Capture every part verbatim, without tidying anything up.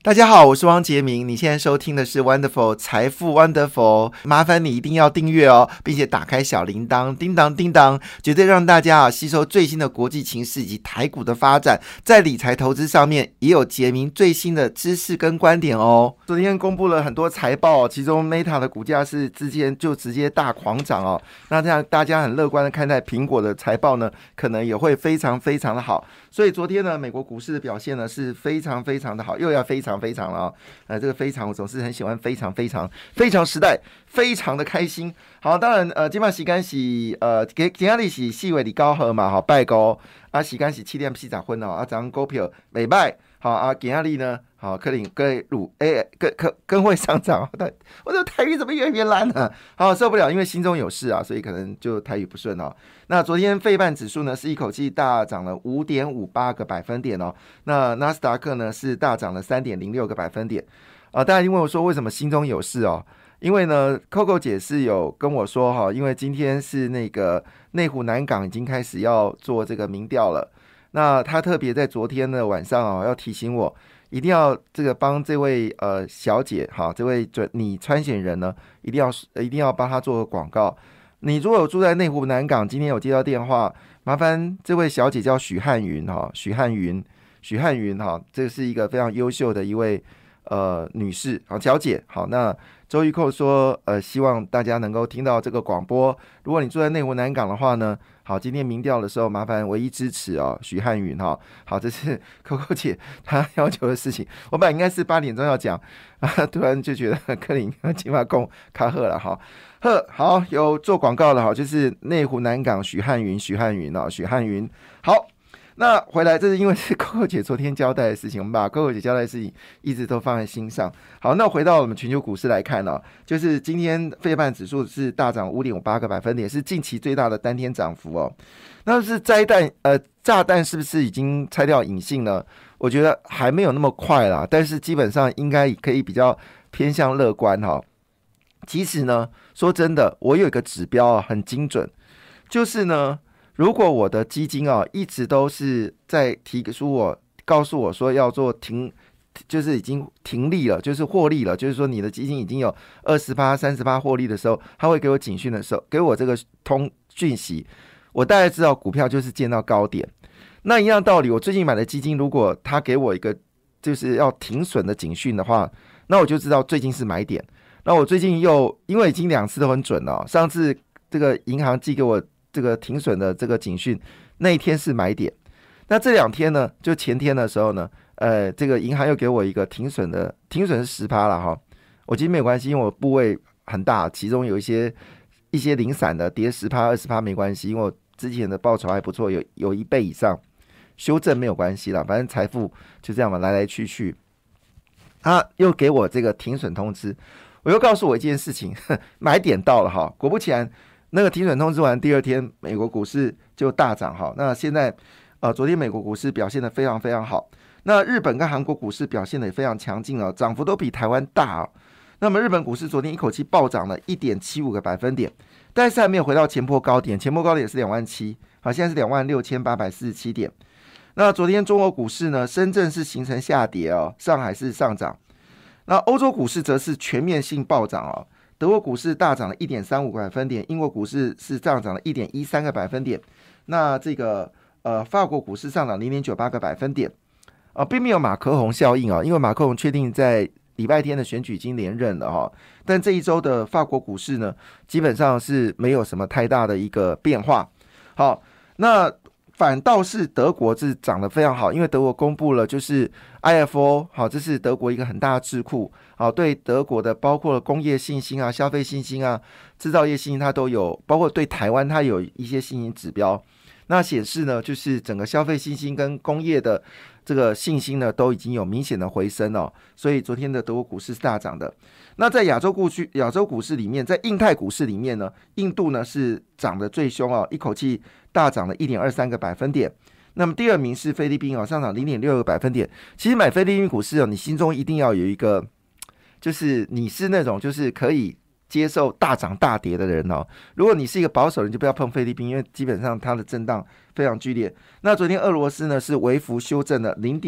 大家好，我是汪杰明，你现在收听的是 Wonderful 财富 Wonderful， 麻烦你一定要订阅哦，并且打开小铃铛，叮当叮当，绝对让大家啊吸收最新的国际情势以及台股的发展，在理财投资上面也有杰明最新的知识跟观点哦。昨天公布了很多财报，其中 Meta 的股价是之前就直接大狂涨哦，那这样大家很乐观的看待苹果的财报呢，可能也会非常非常的好，所以昨天呢，美国股市的表现呢是非常非常的好，又要非常非常了啊、哦！呃，这个非常我总是很喜欢非常非常非常时代，非常的开心。好，当然呃，今晚时间是呃，今今日是四月二十九号嘛，好拜高啊，时间是七点四十分哦，啊，涨股票袂歹，好啊，今日呢，好可能跟乳诶跟跟跟会上涨，我这台语怎么越来越烂呢、啊？好受不了，因为心中有事啊，所以可能就台语不顺哦。那昨天费半指数呢是一口气大涨了 五点五八 个百分点哦，那纳斯达克呢是大涨了 三点零六 个百分点啊。大家因为我说为什么心中有事哦，因为呢 Coco 姐是有跟我说哈、哦，因为今天是那个内湖南港已经开始要做这个民调了，那她特别在昨天的晚上哦要提醒我，一定要这个帮这位呃小姐哈，这位准你参选人呢，一定要一定要帮她做个广告。你如果有住在内湖南港，今天有接到电话，麻烦这位小姐叫许汉云哈，许汉云，许汉云哈，这是一个非常优秀的一位呃女士好小姐。好，那周玉蔻说呃希望大家能够听到这个广播。如果你住在内湖南港的话呢，好，今天民调的时候麻烦唯一支持哦，许汉云哈。好，这是 Coco 姐她要求的事情。我本来应该是八点钟要讲啊，突然就觉得克林起码供卡赫了哈。呵，好，有做广告了哈，就是内湖南港许汉云，许汉云啊，许汉云。好，那回来，这是因为是 Coco 姐昨天交代的事情，我们把 Coco 姐交代的事情一直都放在心上。好，那回到我们全球股市来看呢、哦，就是今天费半指数是大涨 五点五八 个百分点，是近期最大的单天涨幅哦。那是摘弹呃炸弹是不是已经拆掉隐性呢？我觉得还没有那么快啦，但是基本上应该可以比较偏向乐观哈、哦。其实呢，说真的，我有一个指标啊，很精准，就是呢，如果我的基金啊一直都是在提出我告诉我说要做停，就是已经停利了，就是获利了，就是说你的基金已经有 百分之二十、百分之三十 获利的时候，他会给我警讯的时候，给我这个通讯息，我大概知道股票就是见到高点。那一样道理，我最近买的基金，如果他给我一个就是要停损的警讯的话，那我就知道最近是买点。那我最近又因为已经两次都很准了、哦，上次这个银行寄给我这个停损的这个警讯，那一天是买点。那这两天呢，就前天的时候呢，呃，这个银行又给我一个停损的，停损是 百分之十 了哈。我其实没有关系，因为我部位很大，其中有一些一些零散的跌 百分之十、百分之二十 没关系，因为我之前的报酬还不错，有有一倍以上，修正没有关系啦，反正财富就这样嘛，来来去去。他又给我这个停损通知。我又告诉我一件事情，买点到了哈，果不其然，那个停损通知完，第二天美国股市就大涨哈。那现在呃，昨天美国股市表现得非常非常好，那日本跟韩国股市表现得也非常强劲哦，涨幅都比台湾大哦。那么日本股市昨天一口气暴涨了 一点七五 个百分点，但是还没有回到前波高点，前波高点是两万七，好，现在是两万六千八百四十七点。那昨天中国股市呢，深圳是形成下跌哦，上海是上涨。那欧洲股市则是全面性暴涨哦，德国股市大涨了 一点三五 个百分点，英国股市是上涨了 一点一三 个百分点，那这个呃法国股市上涨 零点九八 个百分点啊、呃，并没有马克宏效应啊、哦，因为马克宏确定在礼拜天的选举已经连任了哈、哦，但这一周的法国股市呢，基本上是没有什么太大的一个变化。好，那反倒是德国是涨得非常好，因为德国公布了就是 I F O， 好，这是德国一个很大的智库，好，对德国的包括了工业信心啊、消费信心啊、制造业信心，它都有，包括对台湾它有一些信心指标。那显示呢，就是整个消费信心跟工业的这个信心呢，都已经有明显的回升哦。所以昨天的德国股市是大涨的。那在亚洲股市，亚洲股市里面，在印太股市里面呢，印度呢是涨得最凶哦，一口气大涨了 一点二三 个百分点。那么第二名是菲律宾哦，上涨 零点六 个百分点。其实买菲律宾股市哦，你心中一定要有一个，就是你是那种就是可以接受大涨大跌的人哦。如果你是一个保守人，就不要碰菲律宾，因为基本上它的震荡非常剧烈。那昨天俄罗斯呢是微幅修正了 零点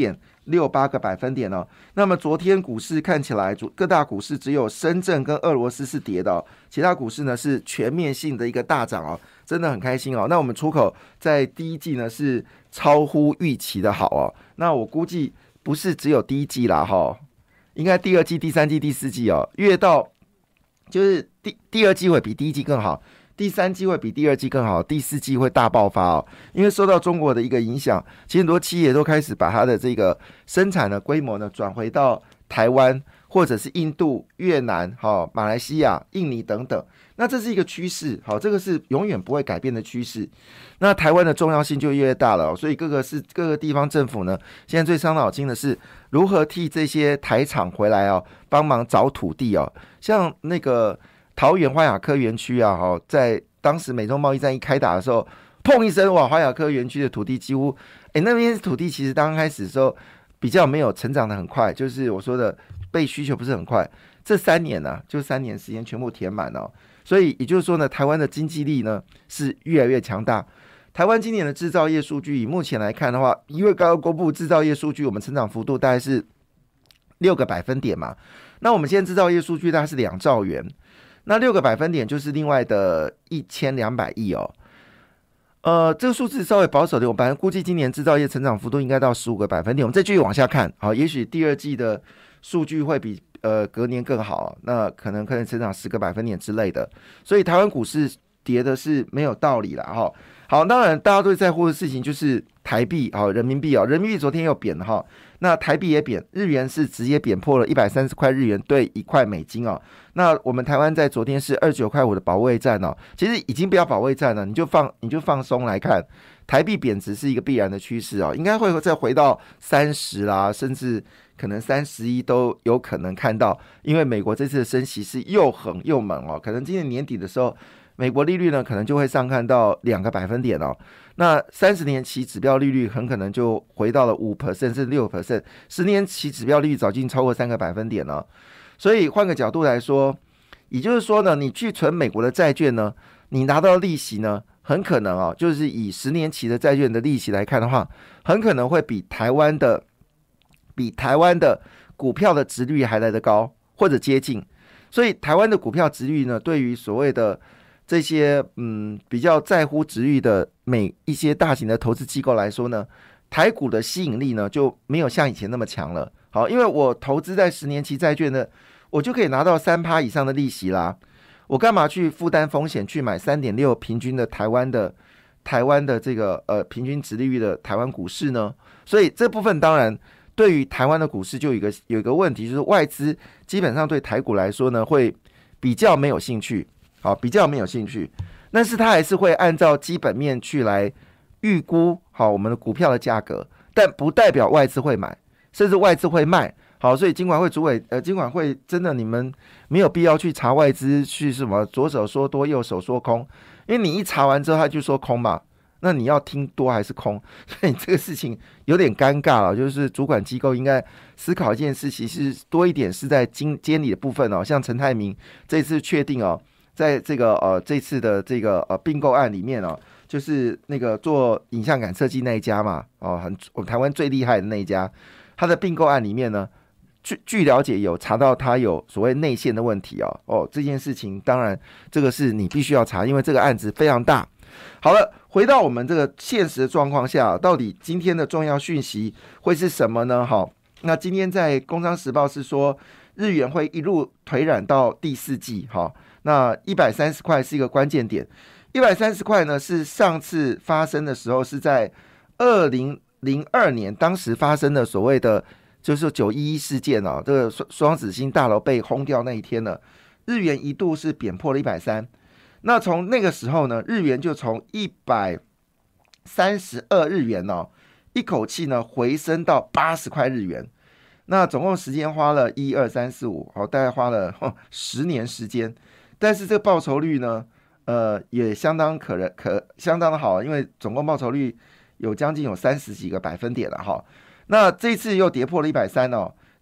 六八个百分点哦。那么昨天股市看起来，各大股市只有深圳跟俄罗斯是跌的哦，其他股市呢是全面性的一个大涨哦，真的很开心哦。那我们出口在第一季呢是超乎预期的好哦，那我估计不是只有第一季啦哈、哦，应该第二季、第三季、第四季哦，越到就是第第二季会比第一季更好。第三季会比第二季更好，第四季会大爆发哦。因为受到中国的一个影响，其实很多企业都开始把它的这个生产的规模呢转回到台湾或者是印度、越南、好马来西亚、印尼等等。那这是一个趋势，好，这个是永远不会改变的趋势。那台湾的重要性就越来越大了、哦，所以各个是各个地方政府呢，现在最伤脑筋的是如何替这些台厂回来哦，帮忙找土地哦，像那个。桃园花雅科园区啊，哈，在当时美中贸易战一开打的时候，砰一声，哇，花雅科园区的土地几乎，哎，那边土地其实刚开始的时候比较没有成长的很快，就是我说的被需求不是很快。这三年呢、啊，就三年时间全部填满了，所以也就是说呢，台湾的经济力呢是越来越强大。台湾今年的制造业数据，以目前来看的话，因为刚刚公布制造业数据，我们成长幅度大概是六个百分点嘛，那我们现在制造业数据大概是两兆元。那六个百分点就是另外的一千两百亿哦，呃，这个数字稍微保守的，我本来估计今年制造业成长幅度应该到十五个百分点。我们再继续往下看，好，也许第二季的数据会比呃隔年更好，那可能可能成长十个百分点之类的。所以台湾股市跌的是没有道理啦哈。好，当然大家都在乎的事情就是台币好，人民币哦，人民币昨天又贬了哈，那台币也贬，日元是直接贬破了一百三十块日元兑一块美金哦。那我们台湾在昨天是二十九块五的保卫战哦，其实已经不要保卫战了，你就放你就放松来看，台币贬值是一个必然的趋势哦，应该会再回到三十啦，甚至可能三十一都有可能看到，因为美国这次的升息是又狠又猛哦，可能今年年底的时候。美国利率呢，可能就会上看到两个百分点哦。那三十年期指标利率很可能就回到了五 percent 甚至六 percent， 十年期指标利率早就超过三个百分点了。所以换个角度来说，也就是说呢，你去存美国的债券呢，你拿到利息呢，很可能哦，就是以十年期的债券的利息来看的话，很可能会比台湾的比台湾的股票的殖利率还来得高，或者接近。所以台湾的股票殖利率呢，对于所谓的这些嗯比较在乎殖利率的每一些大型的投资机构来说呢，台股的吸引力呢就没有像以前那么强了。好，因为我投资在十年期债券呢，我就可以拿到 百分之三 以上的利息啦。我干嘛去负担风险去买 三点六 平均的台湾的台湾的这个呃平均殖利率的台湾股市呢？所以这部分当然对于台湾的股市就有一个有一个问题，就是外资基本上对台股来说呢会比较没有兴趣。好，比较没有兴趣，但是他还是会按照基本面去来预估好我们的股票的价格，但不代表外资会买，甚至外资会卖。好，所以金管会主委呃，金管会真的你们没有必要去查外资去什么左手说多右手说空，因为你一查完之后他就说空嘛，那你要听多还是空？所以这个事情有点尴尬了，就是主管机构应该思考一件事情，是多一点是在经监理的部分哦，像陈泰明这次确定哦。在这个呃这次的这个呃并购案里面哦，就是那个做影像感设计那一家嘛，哦，很我们台湾最厉害的那一家，他的并购案里面呢，据据了解有查到他有所谓内线的问题哦，哦这件事情当然这个是你必须要查，因为这个案子非常大。好了，回到我们这个现实的状况下，到底今天的重要讯息会是什么呢？好，那今天在《工商时报》是说日元会一路腿软到第四季，哈。那一百三十块是一个关键点，一百三十块呢是上次发生的时候是在二零零二年，当时发生的所谓的就是九一一事件哦，这个双子星大楼被轰掉那一天呢，日元一度是贬破了一百三十，那从那个时候呢，日元就从一百三十二日元哦，一口气呢回升到八十块日元。那总共时间花了一二三四五，好，大概花了十年时间。但是这个报酬率呢，呃，也相当可人可相当的好，因为总共报酬率有将近有三十几个百分点了哈。那这次又跌破了一百三十哦，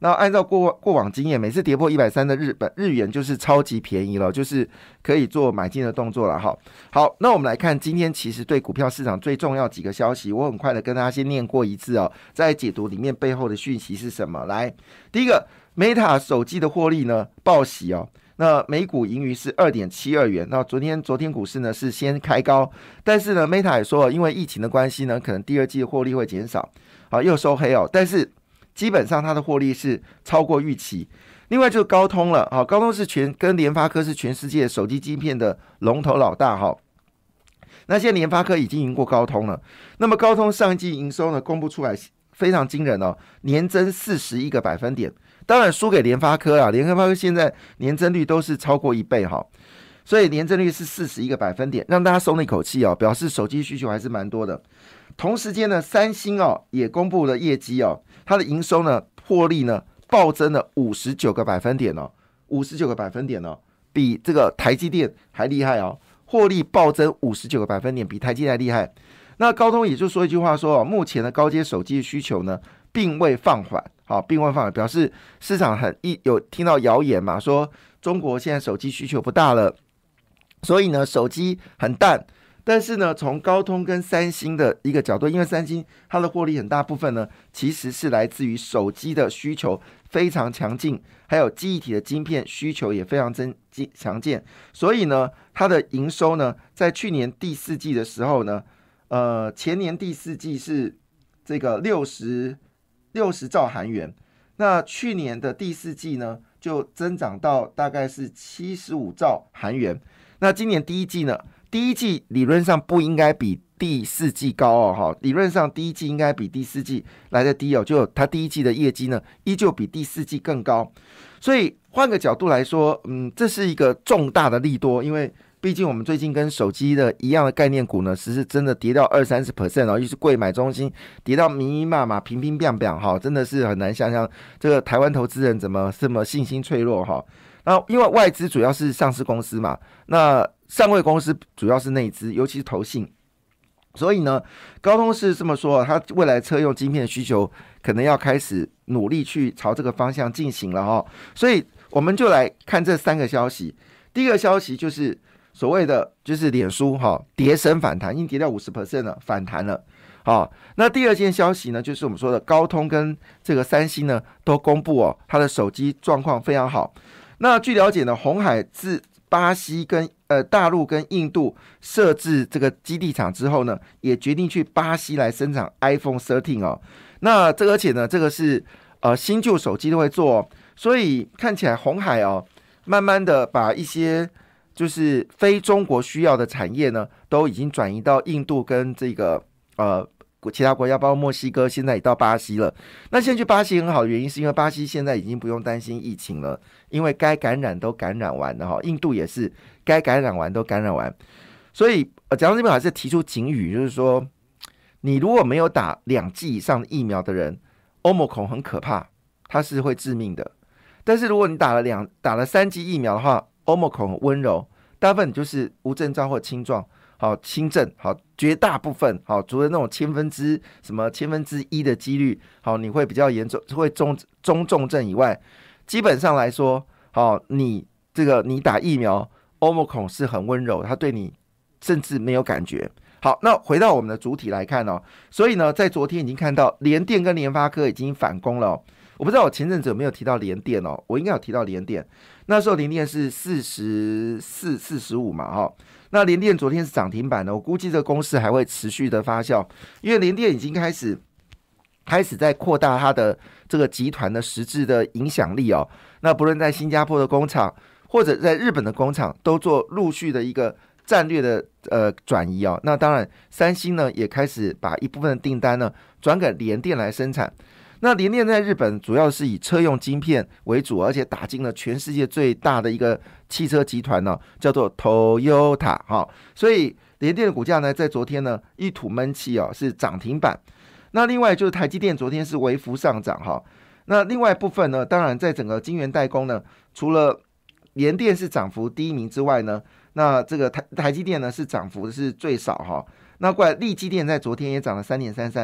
那按照过过往经验，每次跌破一百三的日本日元就是超级便宜了，就是可以做买进的动作了哈。好，那我们来看今天其实对股票市场最重要几个消息，我很快的跟大家先念过一次哦，在解读里面背后的讯息是什么。来，第一个 Meta 手机的获利呢报喜哦。那每股盈余是 二点七二元，那昨天昨天股市呢是先开高，但是呢 Meta 也说因为疫情的关系呢，可能第二季的获利会减少，好又收黑哦，但是基本上它的获利是超过预期。另外就是高通了，好，高通是全跟联发科是全世界手机晶片的龙头老大哈。那现在联发科已经赢过高通了，那么高通上一季营收呢公布出来非常惊人哦，年增四十一个百分点。当然输给联发科啊，联发科现在年增率都是超过一倍哈，所以年增率是四十一个百分点，让大家松了一口气哦，表示手机需求还是蛮多的。同时间呢，三星哦也公布了业绩哦，它的营收呢获利呢暴增了五十九个百分点哦，五十九个百分点哦，比这个台积电还厉害哦，获利暴增五十九个百分点，比台积电还厉害。那高通也就说一句话说哦，目前的高阶手机的需求呢并未放缓。好，并未放缓，表示市场很一有听到谣言嘛，说中国现在手机需求不大了，所以呢手机很淡。但是呢，从高通跟三星的一个角度，因为三星它的获利很大部分呢，其实是来自于手机的需求非常强劲，还有记忆体的晶片需求也非常增强健，所以呢，它的营收呢，在去年第四季的时候呢，呃，前年第四季是这个六十。六十兆韩元，那去年的第四季呢，就增长到大概是七十五兆韩元。那今年第一季呢，第一季理论上不应该比第四季高哦，哈，理论上第一季应该比第四季来的低哦，就它第一季的业绩呢，依旧比第四季更高。所以换个角度来说，嗯，这是一个重大的利多，因为毕竟我们最近跟手机的一样的概念股呢，其实真的跌到二三十 percent 哦，又是贵买中心跌到密密麻麻、平平变变哈，真的是很难想象这个台湾投资人怎么这么信心脆弱哈。那因为外资主要是上市公司嘛，那上柜公司主要是内资，尤其是投信。所以呢，高通是这么说，它未来车用晶片的需求可能要开始努力去朝这个方向进行了哈。所以我们就来看这三个消息。第一个消息就是所谓的就是脸书哈跌升反弹，已经跌到 百分之五十 了，反弹了。好，那第二件消息呢，就是我们说的高通跟这个三星呢都公布哦，它的手机状况非常好。那据了解呢，鸿海自巴西跟呃大陆跟印度设置这个基地厂之后呢，也决定去巴西来生产 iPhone 十三哦。那这个而且呢，这个是呃新旧手机都会做哦，所以看起来鸿海哦，慢慢的把一些就是非中国需要的产业呢，都已经转移到印度跟这个呃其他国家，包括墨西哥，现在也到巴西了。那现在去巴西很好的原因，是因为巴西现在已经不用担心疫情了，因为该感染都感染完了哈。印度也是该感染完都感染完，所以呃，讲到这边还是提出警语，就是说，你如果没有打两剂以上的疫苗的人，欧盟孔很可怕，它是会致命的。但是如果你打了两打了三剂疫苗的话，欧盟孔很温柔，大部分就是无症状或轻状。好，轻症好，绝大部分好，除了那种千分之什么千分之一的几率，好，你会比较严重，会中中重症以外，基本上来说，好，你这个你打疫苗，欧盟孔是很温柔，它对你甚至没有感觉。好，那回到我们的主体来看哦，所以呢，在昨天已经看到联电跟联发科已经反攻了哦。我不知道我前阵子有没有提到联电哦，我应该有提到联电，那时候联电是四十四、四十五嘛哈、哦。那联电昨天是涨停板的，我估计这个公司还会持续的发酵，因为联电已经开始开始在扩大它的这个集团的实质的影响力哦。那不论在新加坡的工厂或者在日本的工厂，都做陆续的一个战略的呃转移哦。那当然，三星呢也开始把一部分的订单呢转给联电来生产。那联电在日本主要是以车用晶片为主，而且打进了全世界最大的一个汽车集团呢，叫做 Toyota 哈。所以联电的股价呢，在昨天呢一吐闷气哦，是涨停板。那另外就是台积电昨天是微幅上涨哈。那另外部分呢，当然在整个晶圆代工呢，除了联电是涨幅第一名之外呢，那这个台台积电呢是涨幅是最少哈。那过来力积电在昨天也涨了 三点三三。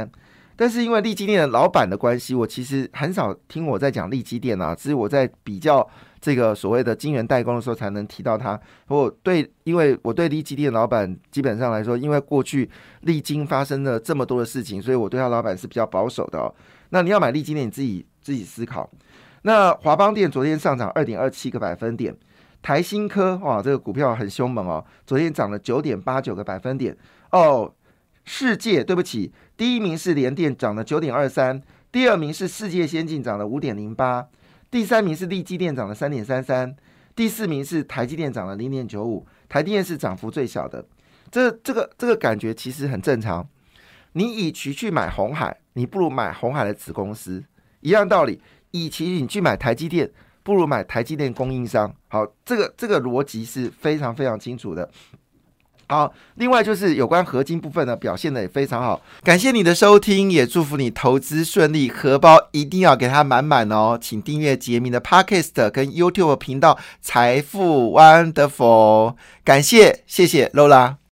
但是因为力积电的老板的关系，我其实很少听我在讲力积电啊，只是我在比较这个所谓的晶圆代工的时候才能提到他。我对，因为我对力积电老板基本上来说，因为过去力晶发生了这么多的事情，所以我对他老板是比较保守的哦。那你要买力积电，你自己自己思考。那华邦电昨天上涨 二点二七 个百分点，台新科哇，这个股票很凶猛哦，昨天涨了 九点八九 个百分点哦。世界对不起，第一名是联电涨了 九点二三， 第二名是世界先进涨了 五点零八， 第三名是力积电涨了 三点三三， 第四名是台积电涨了 零点九五， 台积电是涨幅最小的。这这个这个感觉其实很正常，你与其去买鸿海，你不如买鸿海的子公司，一样道理，与其你去买台积电，不如买台积电供应商。好，这个这个逻辑是非常非常清楚的。好，另外就是有关合金部分呢，表现的也非常好。感谢你的收听，也祝福你投资顺利，荷包一定要给它满满哦。请订阅杰明的 Podcast 跟 YouTube 频道财富 Wonderful。感谢，谢谢 Lola。